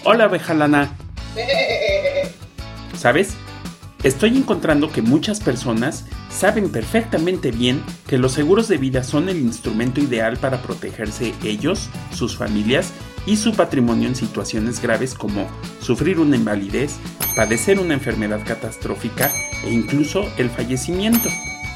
Hola, oveja lana. ¿Sabes? Estoy encontrando que muchas personas saben perfectamente bien que los seguros de vida son el instrumento ideal para protegerse ellos, sus familias y su patrimonio en situaciones graves como sufrir una invalidez, padecer una enfermedad catastrófica e incluso el fallecimiento.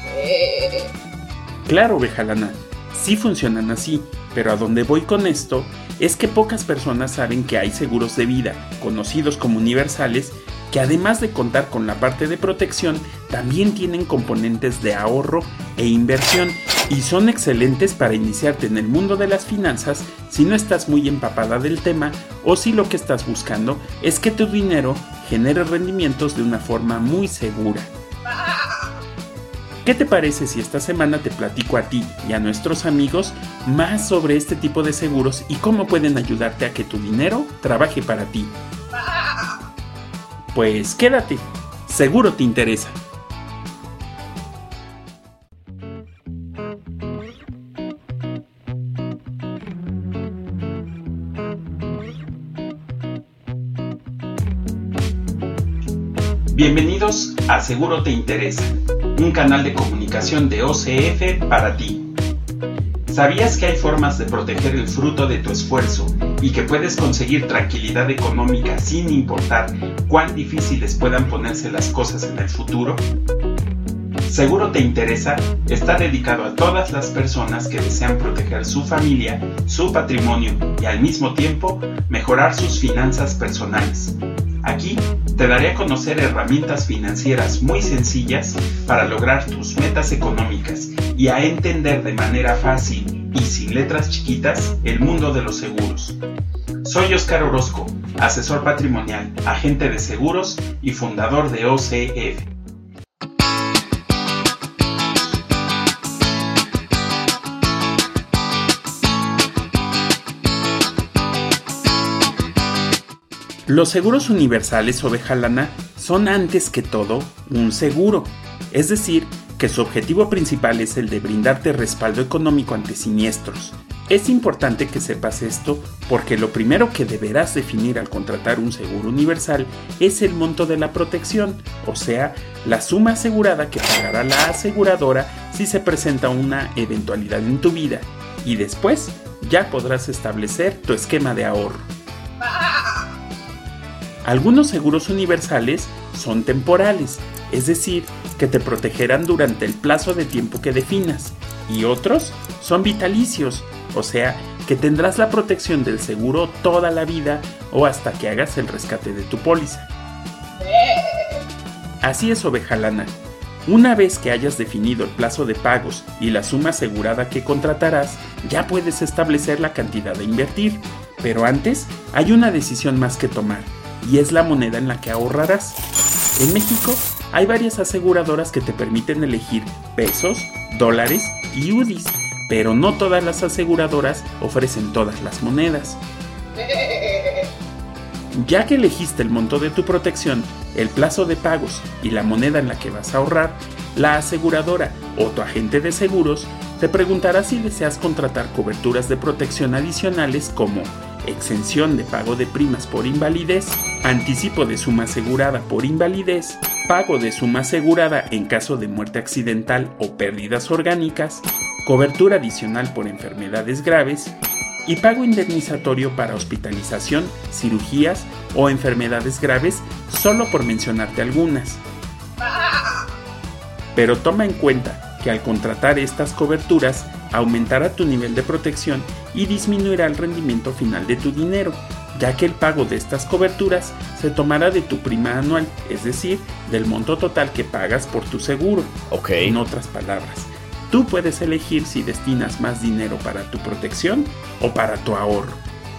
Claro, oveja lana, sí funcionan así, pero a donde voy con esto es que pocas personas saben que hay seguros de vida, conocidos como universales, que además de contar con la parte de protección, también tienen componentes de ahorro e inversión y son excelentes para iniciarte en el mundo de las finanzas si no estás muy empapada del tema o si lo que estás buscando es que tu dinero genere rendimientos de una forma muy segura. ¿Qué te parece si esta semana te platico a ti y a nuestros amigos más sobre este tipo de seguros y cómo pueden ayudarte a que tu dinero trabaje para ti? Pues quédate, seguro te interesa. Bienvenidos a Seguro Te Interesa, un canal de comunicación de OCF para ti. ¿Sabías que hay formas de proteger el fruto de tu esfuerzo y que puedes conseguir tranquilidad económica sin importar cuán difíciles puedan ponerse las cosas en el futuro? Seguro Te Interesa está dedicado a todas las personas que desean proteger su familia, su patrimonio y al mismo tiempo mejorar sus finanzas personales. Aquí te daré a conocer herramientas financieras muy sencillas para lograr tus metas económicas y a entender de manera fácil y sin letras chiquitas el mundo de los seguros. Soy Oscar Orozco, asesor patrimonial, agente de seguros y fundador de OCF. Los seguros universales, oveja lana, son antes que todo un seguro, es decir, que su objetivo principal es el de brindarte respaldo económico ante siniestros. Es importante que sepas esto porque lo primero que deberás definir al contratar un seguro universal es el monto de la protección, o sea, la suma asegurada que pagará la aseguradora si se presenta una eventualidad en tu vida, y después ya podrás establecer tu esquema de ahorro. Algunos seguros universales son temporales, es decir, que te protegerán durante el plazo de tiempo que definas, y otros son vitalicios, o sea, que tendrás la protección del seguro toda la vida o hasta que hagas el rescate de tu póliza. Así es, oveja lana. Una vez que hayas definido el plazo de pagos y la suma asegurada que contratarás, ya puedes establecer la cantidad a invertir, pero antes hay una decisión más que tomar, y es la moneda en la que ahorrarás. En México hay varias aseguradoras que te permiten elegir pesos, dólares y UDIs, pero no todas las aseguradoras ofrecen todas las monedas. Ya que elegiste el monto de tu protección, el plazo de pagos y la moneda en la que vas a ahorrar, la aseguradora o tu agente de seguros te preguntará si deseas contratar coberturas de protección adicionales como exención de pago de primas por invalidez, anticipo de suma asegurada por invalidez, pago de suma asegurada en caso de muerte accidental o pérdidas orgánicas, cobertura adicional por enfermedades graves y pago indemnizatorio para hospitalización, cirugías o enfermedades graves, solo por mencionarte algunas. Pero toma en cuenta que al contratar estas coberturas aumentará tu nivel de protección y disminuirá el rendimiento final de tu dinero, ya que el pago de estas coberturas se tomará de tu prima anual, es decir, del monto total que pagas por tu seguro. En otras palabras, tú puedes elegir si destinas más dinero para tu protección o para tu ahorro.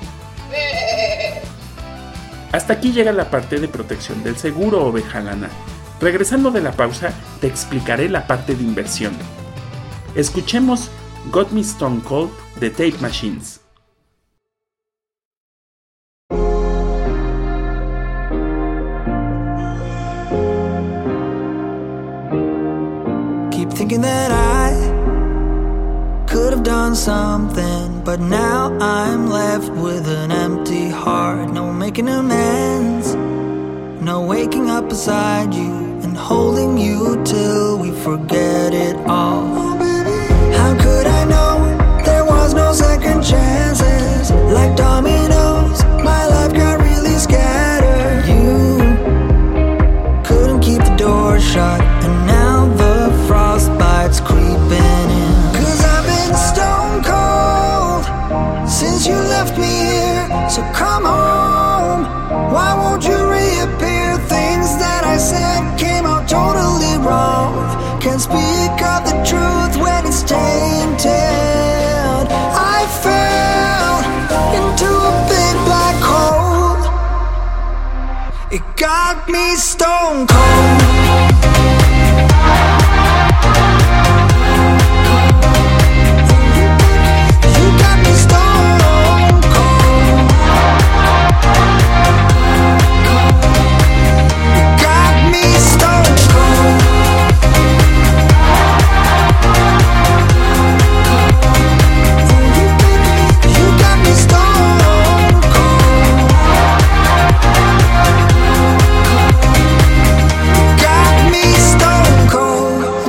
Hasta aquí llega la parte de protección del seguro, oveja lana. Regresando de la pausa, te explicaré la parte de inversión. Escuchemos Got Me Stone Cold de Tape Machines. Keep thinking that I could have have done something, but now I'm left with an empty heart. No making amends, no waking up beside you and holding you till we forget it all. How could I know there was no second chances? Like dominoes, my life got really scattered. You couldn't keep the door shut, and now the frostbite's creeping in. 'Cause I've been stone cold since you left me here. So come home, why won't you reappear? Things that I said came out totally wrong. Can't speak of the truth when it's tainted. I fell into a big black hole. It got me stone cold. You got me stone cold. You got me stone cold. You got me stone cold. Got me stone cold.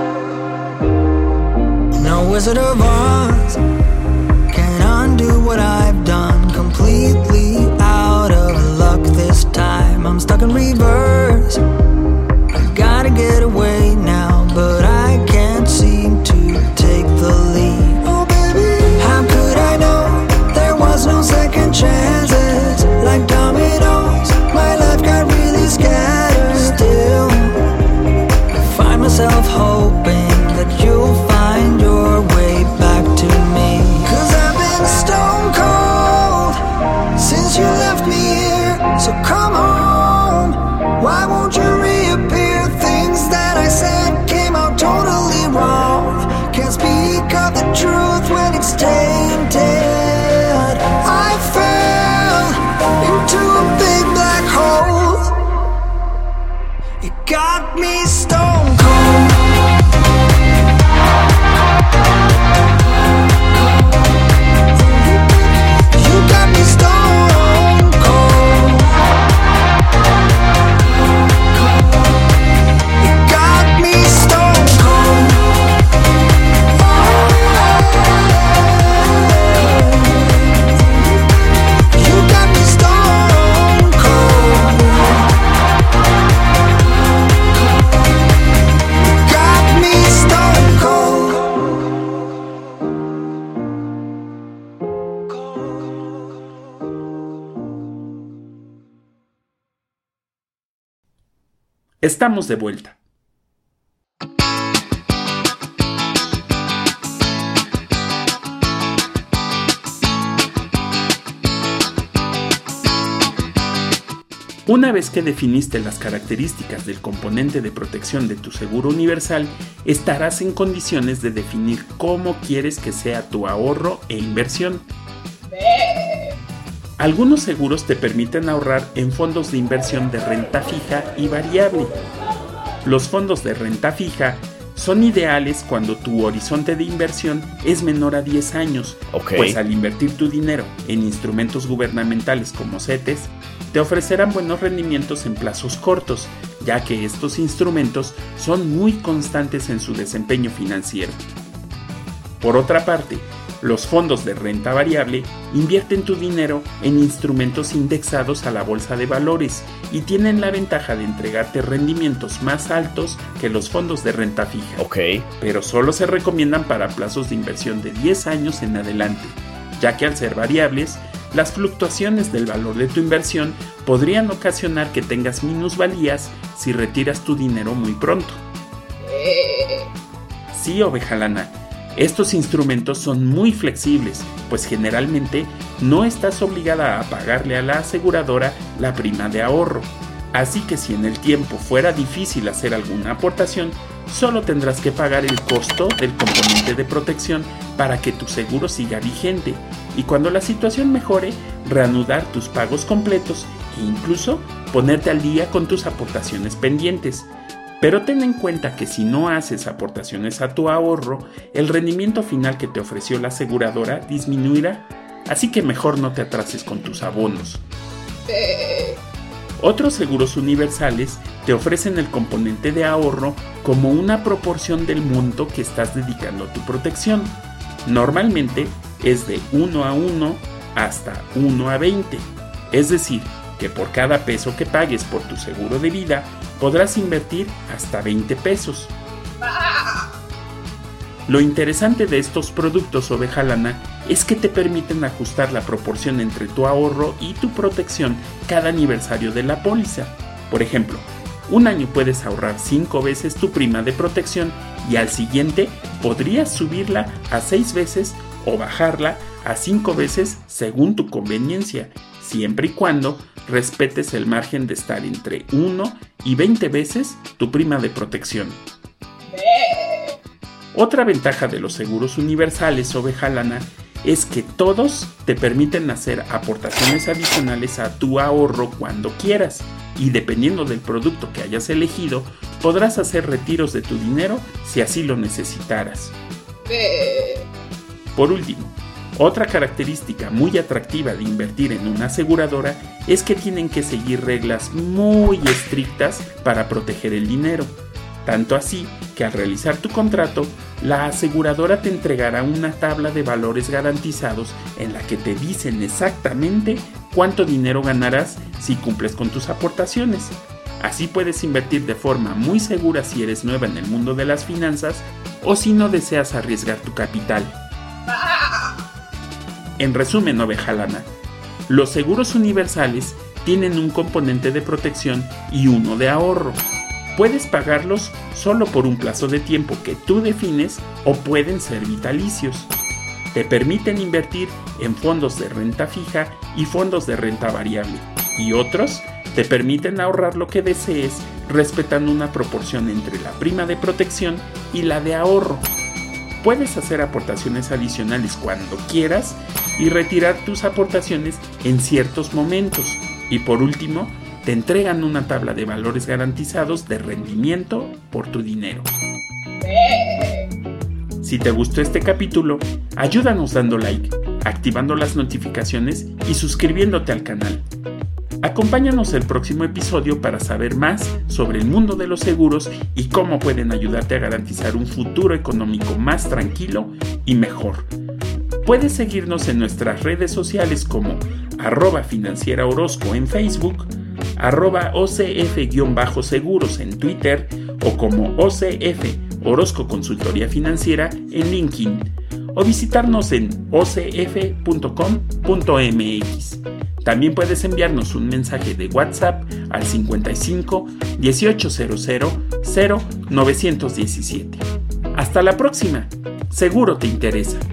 No Wizard of Oz can undo what I've done. Completely out of luck this time. I'm stuck in reverse. I gotta get away now, but I can't seem to take the lead. Oh baby, how could I know there was no second chances? Like dominoes, my life got really scattered. Still, I find myself hoping that you'll find your way back to me. 'Cause I've been stone cold since you left me here. So come home, why won't you reappear? Things that I said came out totally wrong. Can't speak of the truth when it's tainted. I fell into a big black hole. It got me stone cold. You got me stone cold. You got me stone cold. You got me stone cold. Got me stone cold. Estamos de vuelta. Una vez que definiste las características del componente de protección de tu seguro universal, estarás en condiciones de definir cómo quieres que sea tu ahorro e inversión. Algunos seguros te permiten ahorrar en fondos de inversión de renta fija y variable. Los fondos de renta fija son ideales cuando tu horizonte de inversión es menor a 10 años, pues al invertir tu dinero en instrumentos gubernamentales como CETES, te ofrecerán buenos rendimientos en plazos cortos, ya que estos instrumentos son muy constantes en su desempeño financiero. Por otra parte, los fondos de renta variable invierten tu dinero en instrumentos indexados a la bolsa de valores y tienen la ventaja de entregarte rendimientos más altos que los fondos de renta fija. Pero solo se recomiendan para plazos de inversión de 10 años en adelante, ya que al ser variables, las fluctuaciones del valor de tu inversión podrían ocasionar que tengas minusvalías si retiras tu dinero muy pronto. Sí, oveja lana. Estos instrumentos son muy flexibles, pues generalmente no estás obligada a pagarle a la aseguradora la prima de ahorro. Así que si en el tiempo fuera difícil hacer alguna aportación, solo tendrás que pagar el costo del componente de protección para que tu seguro siga vigente y cuando la situación mejore, reanudar tus pagos completos e incluso ponerte al día con tus aportaciones pendientes. Pero ten en cuenta que si no haces aportaciones a tu ahorro, el rendimiento final que te ofreció la aseguradora disminuirá, así que mejor no te atrases con tus abonos. Otros seguros universales te ofrecen el componente de ahorro como una proporción del monto que estás dedicando a tu protección. Normalmente es de 1:1 hasta 1:20, es decir, que por cada peso que pagues por tu seguro de vida, podrás invertir hasta 20 pesos. Lo interesante de estos productos Oveja Lana es que te permiten ajustar la proporción entre tu ahorro y tu protección cada aniversario de la póliza. Por ejemplo, un año puedes ahorrar 5 veces tu prima de protección y al siguiente podrías subirla a 6 veces o bajarla a 5 veces según tu conveniencia, siempre y cuando respetes el margen de estar entre 1 y 20 veces tu prima de protección. Otra ventaja de los seguros universales Oveja Lana es que todos te permiten hacer aportaciones adicionales a tu ahorro cuando quieras y dependiendo del producto que hayas elegido, podrás hacer retiros de tu dinero si así lo necesitaras. Por último, otra característica muy atractiva de invertir en una aseguradora es que tienen que seguir reglas muy estrictas para proteger el dinero. Tanto así que al realizar tu contrato, la aseguradora te entregará una tabla de valores garantizados en la que te dicen exactamente cuánto dinero ganarás si cumples con tus aportaciones. Así puedes invertir de forma muy segura si eres nueva en el mundo de las finanzas o si no deseas arriesgar tu capital. En resumen, Oveja Lana, los seguros universales tienen un componente de protección y uno de ahorro. Puedes pagarlos solo por un plazo de tiempo que tú defines o pueden ser vitalicios. Te permiten invertir en fondos de renta fija y fondos de renta variable. Y otros te permiten ahorrar lo que desees respetando una proporción entre la prima de protección y la de ahorro. Puedes hacer aportaciones adicionales cuando quieras y retirar tus aportaciones en ciertos momentos. Y por último, te entregan una tabla de valores garantizados de rendimiento por tu dinero. Si te gustó este capítulo, ayúdanos dando like, activando las notificaciones y suscribiéndote al canal. Acompáñanos el próximo episodio para saber más sobre el mundo de los seguros y cómo pueden ayudarte a garantizar un futuro económico más tranquilo y mejor. Puedes seguirnos en nuestras redes sociales como @financieraorozco en Facebook, @OCF-seguros en Twitter o como OCF Orozco Consultoría Financiera en LinkedIn o visitarnos en ocf.com.mx. También puedes enviarnos un mensaje de WhatsApp al 55 1800 0917. Hasta la próxima, seguro te interesa.